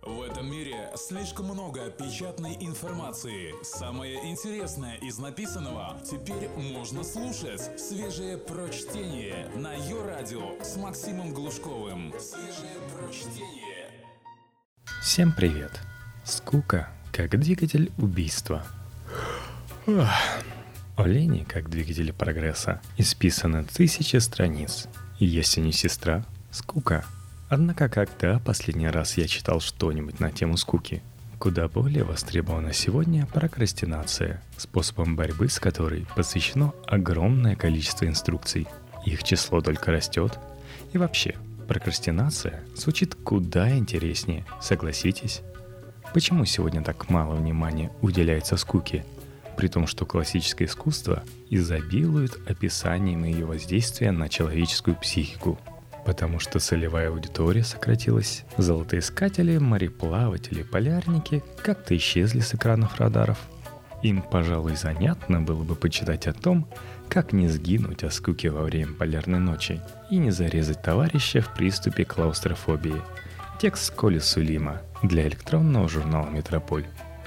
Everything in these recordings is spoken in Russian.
В этом мире слишком много печатной информации. Самое интересное из написанного теперь можно слушать. Свежее прочтение на Йо-Радио с Максимом Глушковым. Свежее прочтение. Всем привет. Скука как двигатель убийства. О лени как двигателе прогресса исписано 1000 страниц. И если не сестра, скука. Однако, когда последний раз я читал что-нибудь на тему скуки? Куда более востребована сегодня прокрастинация, способом борьбы с которой посвящено огромное количество инструкций. Их число только растет. И вообще, прокрастинация звучит куда интереснее, согласитесь? Почему сегодня так мало внимания уделяется скуке? При том, что классическое искусство изобилует описанием ее воздействия на человеческую психику. Потому что целевая аудитория сократилась, золотоискатели, мореплаватели, полярники как-то исчезли с экранов радаров. Им, пожалуй, занятно было бы почитать о том, как не сгинуть от скуки во время полярной ночи и не зарезать товарища в приступе клаустрофобии. Текст Коли Сулима для электронного журнала «Метрополь».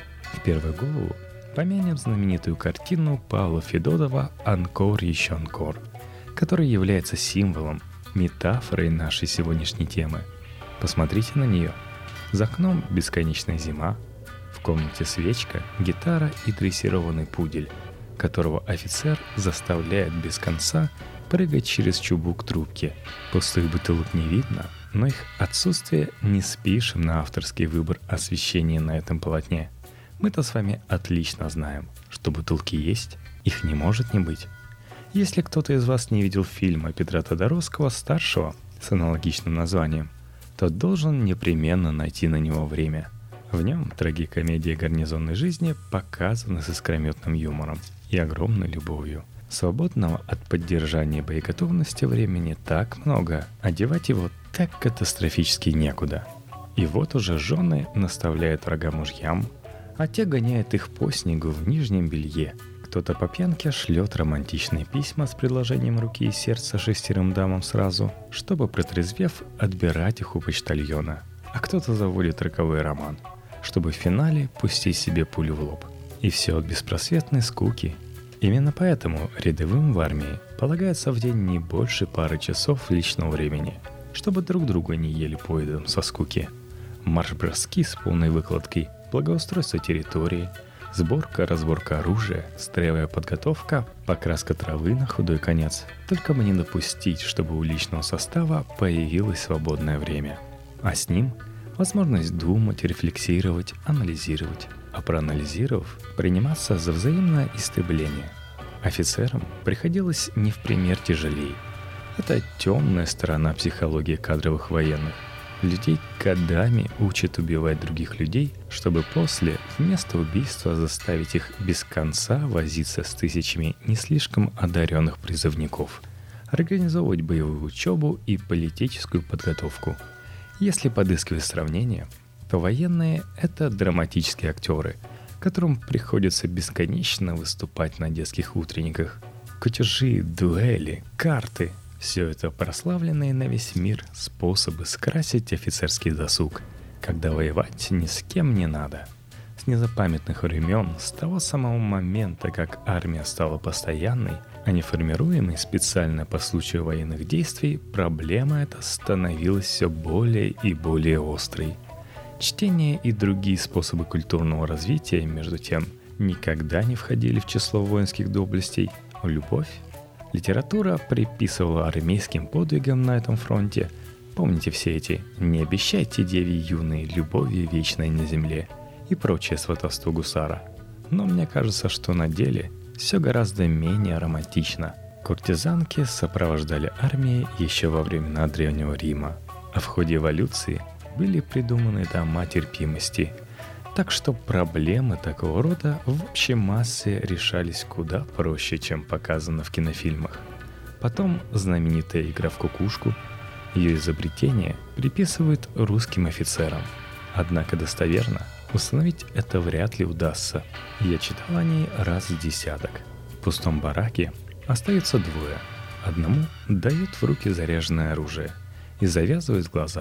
В первую голову помянем знаменитую картину Павла Федотова «Анкор еще анкор», которая является символом, метафорой нашей сегодняшней темы. Посмотрите на нее. За окном бесконечная зима, в комнате свечка, гитара и дрессированный пудель, которого офицер заставляет без конца прыгать через чубук трубки. Пустых бутылок не видно, но их отсутствие не спишем на авторский выбор освещения на этом полотне. Мы-то с вами отлично знаем, что бутылки есть, их не может не быть. Если кто-то из вас не видел фильма Петра Тодоровского-старшего с аналогичным названием, то должен непременно найти на него время. В нем трагикомедия гарнизонной жизни показана с искрометным юмором и огромной любовью. Свободного от поддержания боеготовности времени так много, а девать его так катастрофически некуда. И вот уже жены наставляют врага мужьям, а те гоняют их по снегу в нижнем белье. Кто-то по пьянке шлет романтичные письма с предложением руки и сердца 6 дамам сразу, чтобы, протрезвев, отбирать их у почтальона. А кто-то заводит роковой роман, чтобы в финале пустить себе пулю в лоб. И все от беспросветной скуки. Именно поэтому рядовым в армии полагается в день не больше пары часов личного времени, чтобы друг друга не ели поедом со скуки. Марш-броски с полной выкладкой, благоустройство территории, сборка-разборка оружия, строевая подготовка, покраска травы на худой конец. Только бы не допустить, чтобы у личного состава появилось свободное время. А с ним возможность думать, рефлексировать, анализировать. А проанализировав, приниматься за взаимное истребление. Офицерам приходилось не в пример тяжелее. Это темная сторона психологии кадровых военных. Людей годами учат убивать других людей, чтобы после вместо убийства заставить их без конца возиться с тысячами не слишком одаренных призывников, организовывать боевую учебу и политическую подготовку. Если подыскивать сравнение, то военные — это драматические актеры, которым приходится бесконечно выступать на детских утренниках. Кутежи, дуэли, карты — все это прославленные на весь мир способы скрасить офицерский досуг, когда воевать ни с кем не надо. С незапамятных времен, с того самого момента, как армия стала постоянной, а не формируемой специально по случаю военных действий, проблема эта становилась все более и более острой. Чтение и другие способы культурного развития, между тем, никогда не входили в число воинских доблестей. Любовь. Литература приписывала армейским подвигам на этом фронте. Помните все эти «не обещайте деве юной любови вечной на земле» и прочее сватовство гусара. Но мне кажется, что на деле все гораздо менее романтично. Куртизанки сопровождали армии еще во времена Древнего Рима, а в ходе эволюции были придуманы дома терпимости. Так что проблемы такого рода в общей массе решались куда проще, чем показано в кинофильмах. Потом знаменитая игра в кукушку. Ее изобретение приписывают русским офицерам. Однако достоверно установить это вряд ли удастся. Я читал о ней раз в десяток. В пустом бараке остаются двое. Одному дают в руки заряженное оружие и завязывают глаза.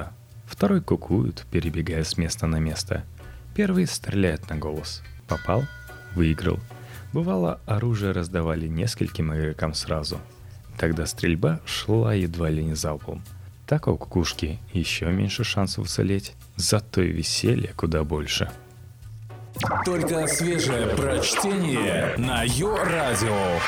Второй кукует, перебегая с места на место. Первый стреляет на голос. Попал — выиграл. Бывало, оружие раздавали нескольким игрокам сразу. Тогда стрельба шла едва ли не залпом. Так у кукушки еще меньше шансов уцелеть, зато и веселья куда больше. Только свежее прочтение на Йо-Радио.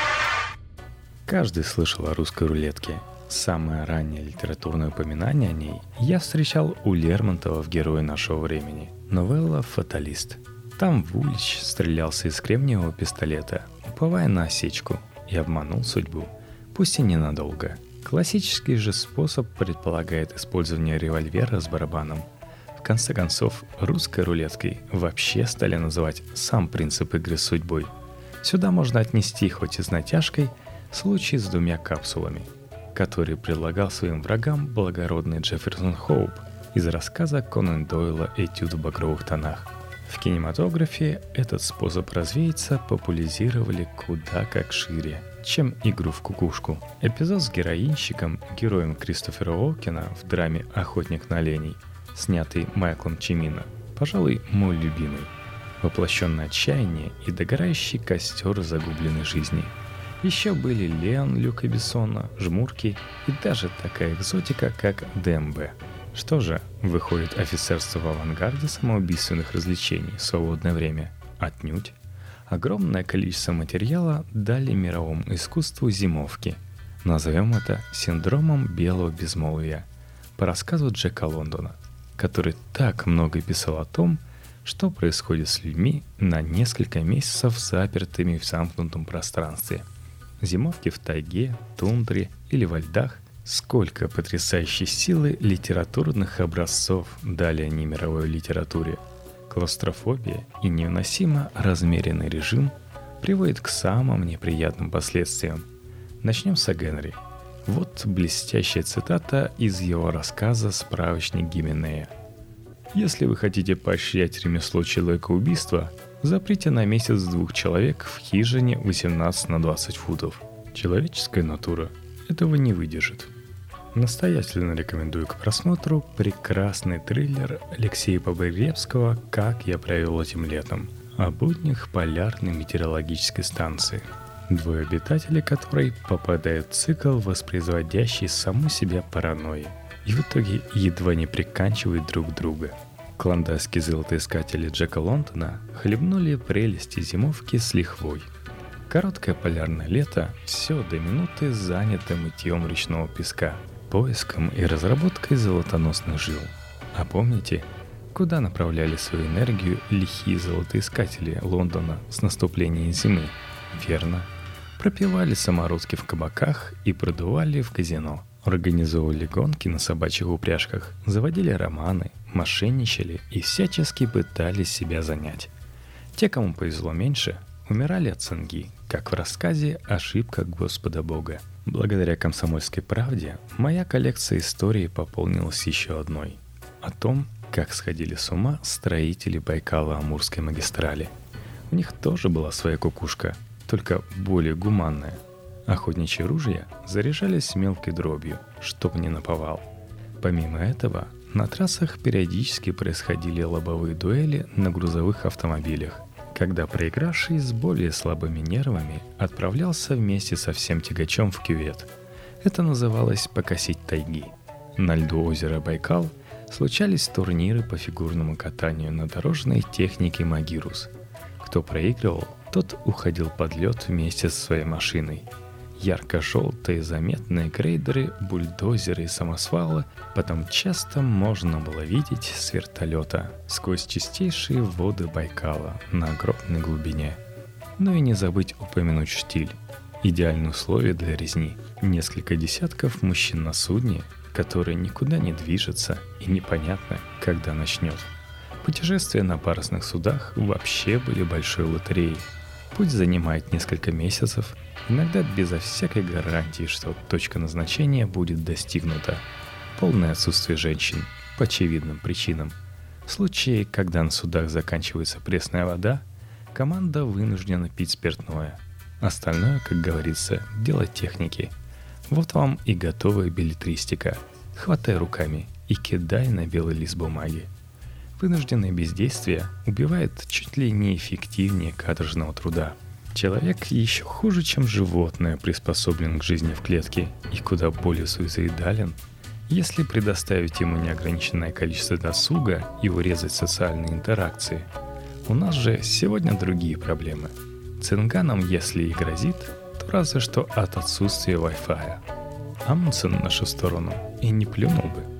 Каждый слышал о русской рулетке. Самое раннее литературное упоминание о ней я встречал у Лермонтова в «Герое нашего времени». Новелла «Фаталист». Там Вулич стрелялся из кремниевого пистолета, уповая на осечку, и обманул судьбу, пусть и ненадолго. Классический же способ предполагает использование револьвера с барабаном. В конце концов, русской рулеткой вообще стали называть сам принцип игры с судьбой. Сюда можно отнести, хоть и с натяжкой, случай с 2 капсулами, который предлагал своим врагам благородный Джефферсон Хоуп из рассказа Конан Дойла «Этюд в багровых тонах». В кинематографе этот способ развеяться популяризировали куда как шире, чем игру в кукушку. Эпизод с героинщиком, героем Кристофера Уокена в драме «Охотник на оленей», снятый Майклом Чимино, пожалуй, мой любимый. Воплощенное отчаяние и догорающий костер загубленной жизни. Еще были Леон Люка Бессона, Жмурки и даже такая экзотика, как ДМБ. Что же, выходит офицерство в авангарде самоубийственных развлечений в свободное время? Отнюдь. Огромное количество материала дали мировому искусству зимовки. Назовем это синдромом белого безмолвия, по рассказу Джека Лондона, который так много писал о том, что происходит с людьми на несколько месяцев запертыми в замкнутом пространстве. Зимовки в тайге, тундре или во льдах. Сколько потрясающей силы литературных образцов дали они мировой литературе. Клаустрофобия и невыносимо размеренный режим приводят к самым неприятным последствиям. Начнем с Генри. Вот блестящая цитата из его рассказа «Справочник Гименея». «Если вы хотите поощрять ремесло человекоубийства, заприте на месяц 2 человек в хижине 18 на 20 футов. Человеческая натура этого не выдержит». Настоятельно рекомендую к просмотру прекрасный триллер Алексея Погребского «Как я провел этим летом» о буднях полярной метеорологической станции, 2 обитателей которой попадают в цикл, воспроизводящий саму себя паранойи, и в итоге едва не приканчивают друг друга. Клондайские золотоискатели Джека Лондона хлебнули прелести зимовки с лихвой. Короткое полярное лето все до минуты занято мытьем речного песка, поиском и разработкой золотоносных жил. А помните, куда направляли свою энергию лихие золотоискатели Лондона с наступлением зимы? Верно. Пропивали самородки в кабаках и продували в казино. Организовывали гонки на собачьих упряжках, заводили романы, мошенничали и всячески пытались себя занять. Те, кому повезло меньше, умирали от цинги, как в рассказе «Ошибка Господа Бога». Благодаря «Комсомольской правде» моя коллекция истории пополнилась еще одной. О том, как сходили с ума строители Байкало-Амурской магистрали. У них тоже была своя кукушка, только более гуманная. Охотничьи ружья заряжались мелкой дробью, чтоб не наповал. Помимо этого, на трассах периодически происходили лобовые дуэли на грузовых автомобилях, когда проигравший с более слабыми нервами отправлялся вместе со всем тягачом в кювет. Это называлось «покосить тайги». На льду озера Байкал случались турниры по фигурному катанию на дорожной технике «Магирус». Кто проигрывал, тот уходил под лед вместе со своей машиной. Ярко-желтые заметные грейдеры, бульдозеры и самосвалы потом часто можно было видеть с вертолета сквозь чистейшие воды Байкала на огромной глубине. Ну и не забыть упомянуть штиль. Идеальное условие для резни. Несколько десятков мужчин на судне, которые никуда не движется и непонятно, когда начнет. Путешествия на парусных судах вообще были большой лотереей. Путь занимает несколько месяцев, иногда безо всякой гарантии, что точка назначения будет достигнута. Полное отсутствие женщин, по очевидным причинам. В случае, когда на судах заканчивается пресная вода, команда вынуждена пить спиртное. Остальное, как говорится, дело техники. Вот вам и готовая беллетристика. Хватай руками и кидай на белый лист бумаги. Вынужденное бездействие убивает чуть ли не эффективнее каторжного труда. Человек еще хуже, чем животное, приспособлен к жизни в клетке и куда более суицидален, если предоставить ему неограниченное количество досуга и урезать социальные интеракции. У нас же сегодня другие проблемы. Цинганам, если и грозит, то разве что от отсутствия Wi-Fi. Амундсен на нашу сторону и не плюнул бы.